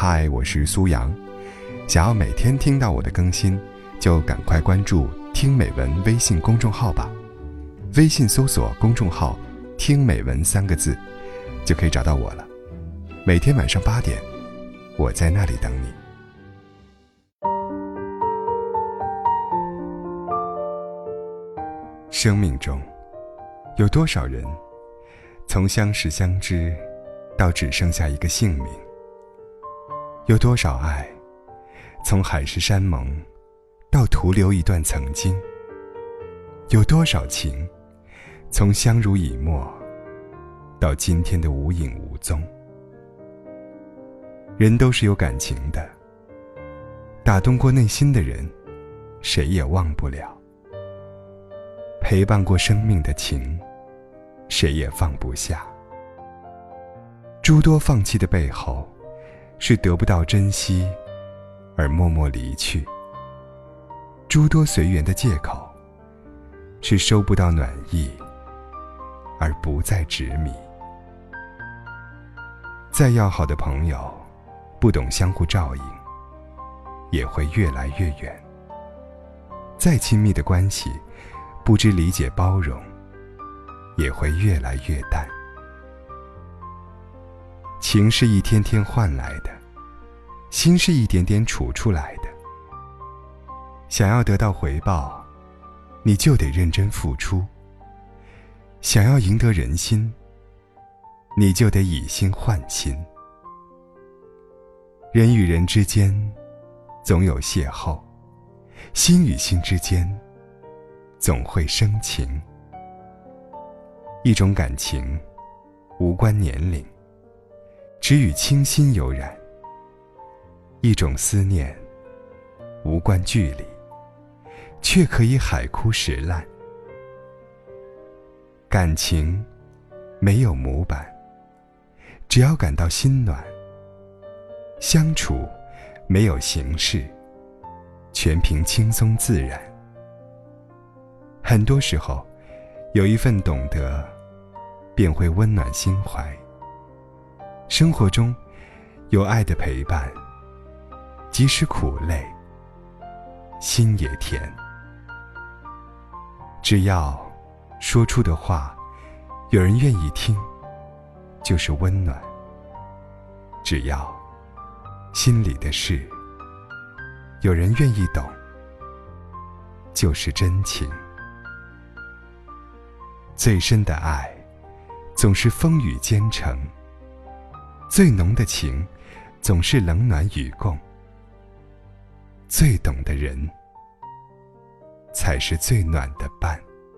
嗨，我是苏阳。想要每天听到我的更新，就赶快关注听美文微信公众号吧。微信搜索公众号听美文3个字，就可以找到我了。每天晚上8点，我在那里等你。生命中有多少人从相识相知到只剩下一个姓名？有多少爱从海誓山盟到徒留一段曾经？有多少情从相濡以沫到今天的无影无踪？人都是有感情的，打动过内心的人谁也忘不了，陪伴过生命的情谁也放不下。诸多放弃的背后，是得不到珍惜而默默离去；诸多随缘的借口，是收不到暖意而不再执迷。再要好的朋友，不懂相互照应，也会越来越远；再亲密的关系，不知理解包容，也会越来越淡。情是一天天换来的，心是一点点处出来的。想要得到回报，你就得认真付出；想要赢得人心，你就得以心换心。人与人之间总有邂逅，心与心之间总会生情。一种感情无关年龄，只与清新有染；一种思念无关距离，却可以海枯石烂。感情没有模板，只要感到心暖；相处没有形式，全凭轻松自然。很多时候，有一份懂得，便会温暖心怀。生活中有爱的陪伴，即使苦累，心也甜。只要说出的话有人愿意听，就是温暖；只要心里的事有人愿意懂，就是真情。最深的爱总是风雨兼程，最浓的情总是冷暖与共。最懂的人才是最暖的伴。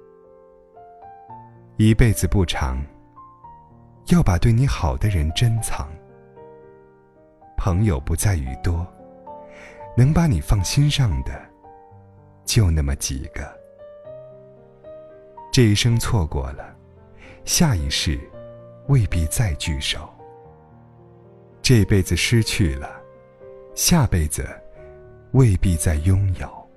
一辈子不长，要把对你好的人珍藏。朋友不在于多，能把你放心上的就那么几个。这一生错过了，下一世未必再聚首；这辈子失去了，下辈子未必再拥有。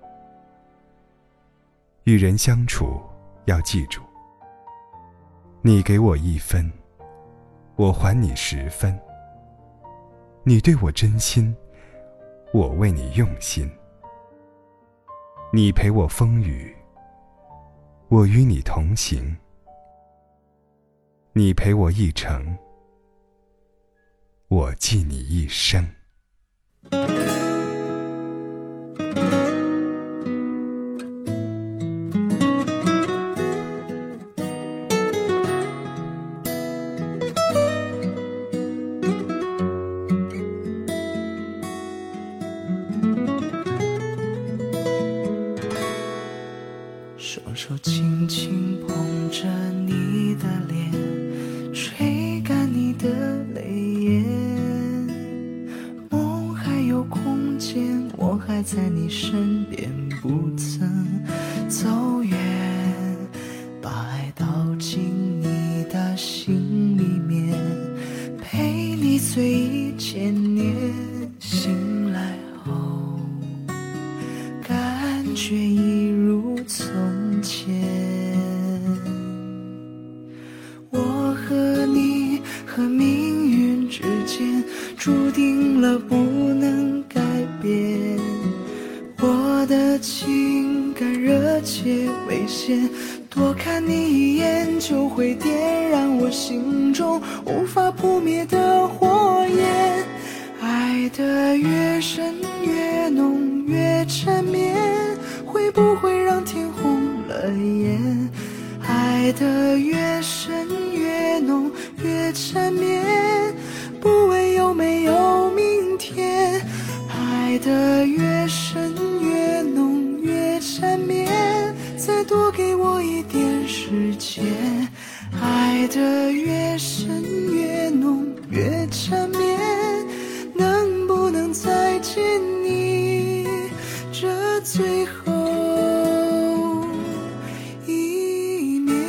与人相处要记住，你给我1分，我还你10分；你对我真心，我为你用心；你陪我风雨，我与你同行；你陪我一程，我记你一生。 双手轻轻捧着你的脸，吹干你的泪眼。梦还有空间，我还在你身边，不曾走远。把爱倒进你的心里面，陪你醉一千年。醒来后，感觉一如从前。我和你和命运之间注定了了不能改变。我的情感热切危险，多看你一眼就会点燃我心中无法扑灭的火焰。爱得越深越浓越缠绵，会不会让天红了眼？爱得越深越浓越缠绵，不问有没有明天。爱得越深越浓越缠绵，再多给我一点时间。爱得越深越浓越缠绵，能不能再见你这最后一面？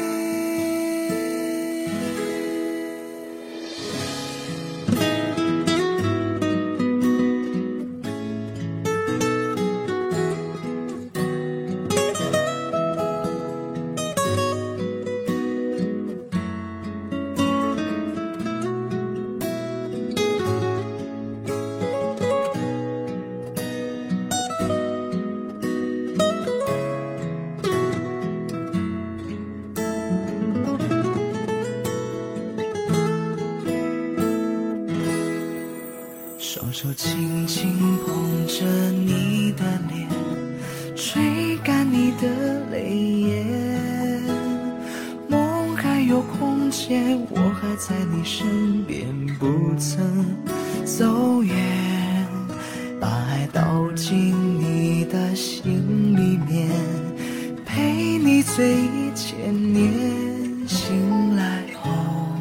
双手轻轻碰着你的脸，吹干你的泪眼。梦还有空间，我还在你身边，不曾走远。把爱倒进你的心里面，陪你醉一千年。醒来后，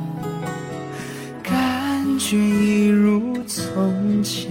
感觉一如从前。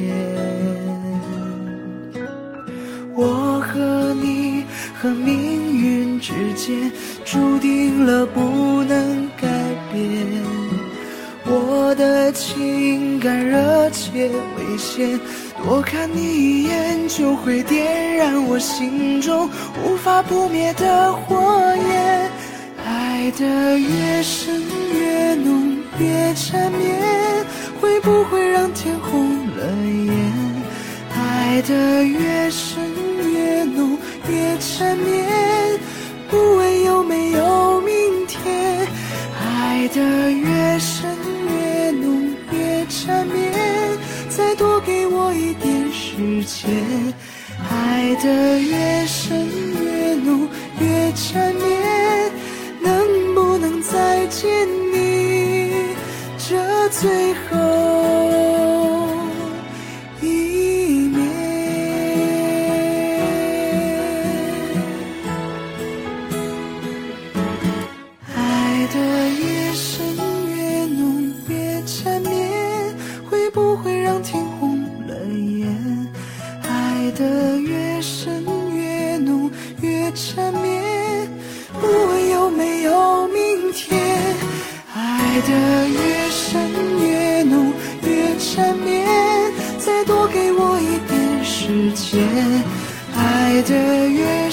我和你和命运之间注定了不能改变。我的情感热切危险，多看你一眼就会点燃我心中无法扑灭的火焰。爱得越深越浓越缠绵，会不会让天红了眼？爱得越深越浓越缠绵，不问有没有明天。爱得越深越浓越缠绵，再多给我一点时间。爱得越深越浓越缠绵，能不能再见你这最后一面？爱得越深越浓越缠绵，会不会让天红了眼？爱得越深越浓越缠绵，不问有没有明天。爱得越深越浓越缠绵，再多给我一点时间。爱得越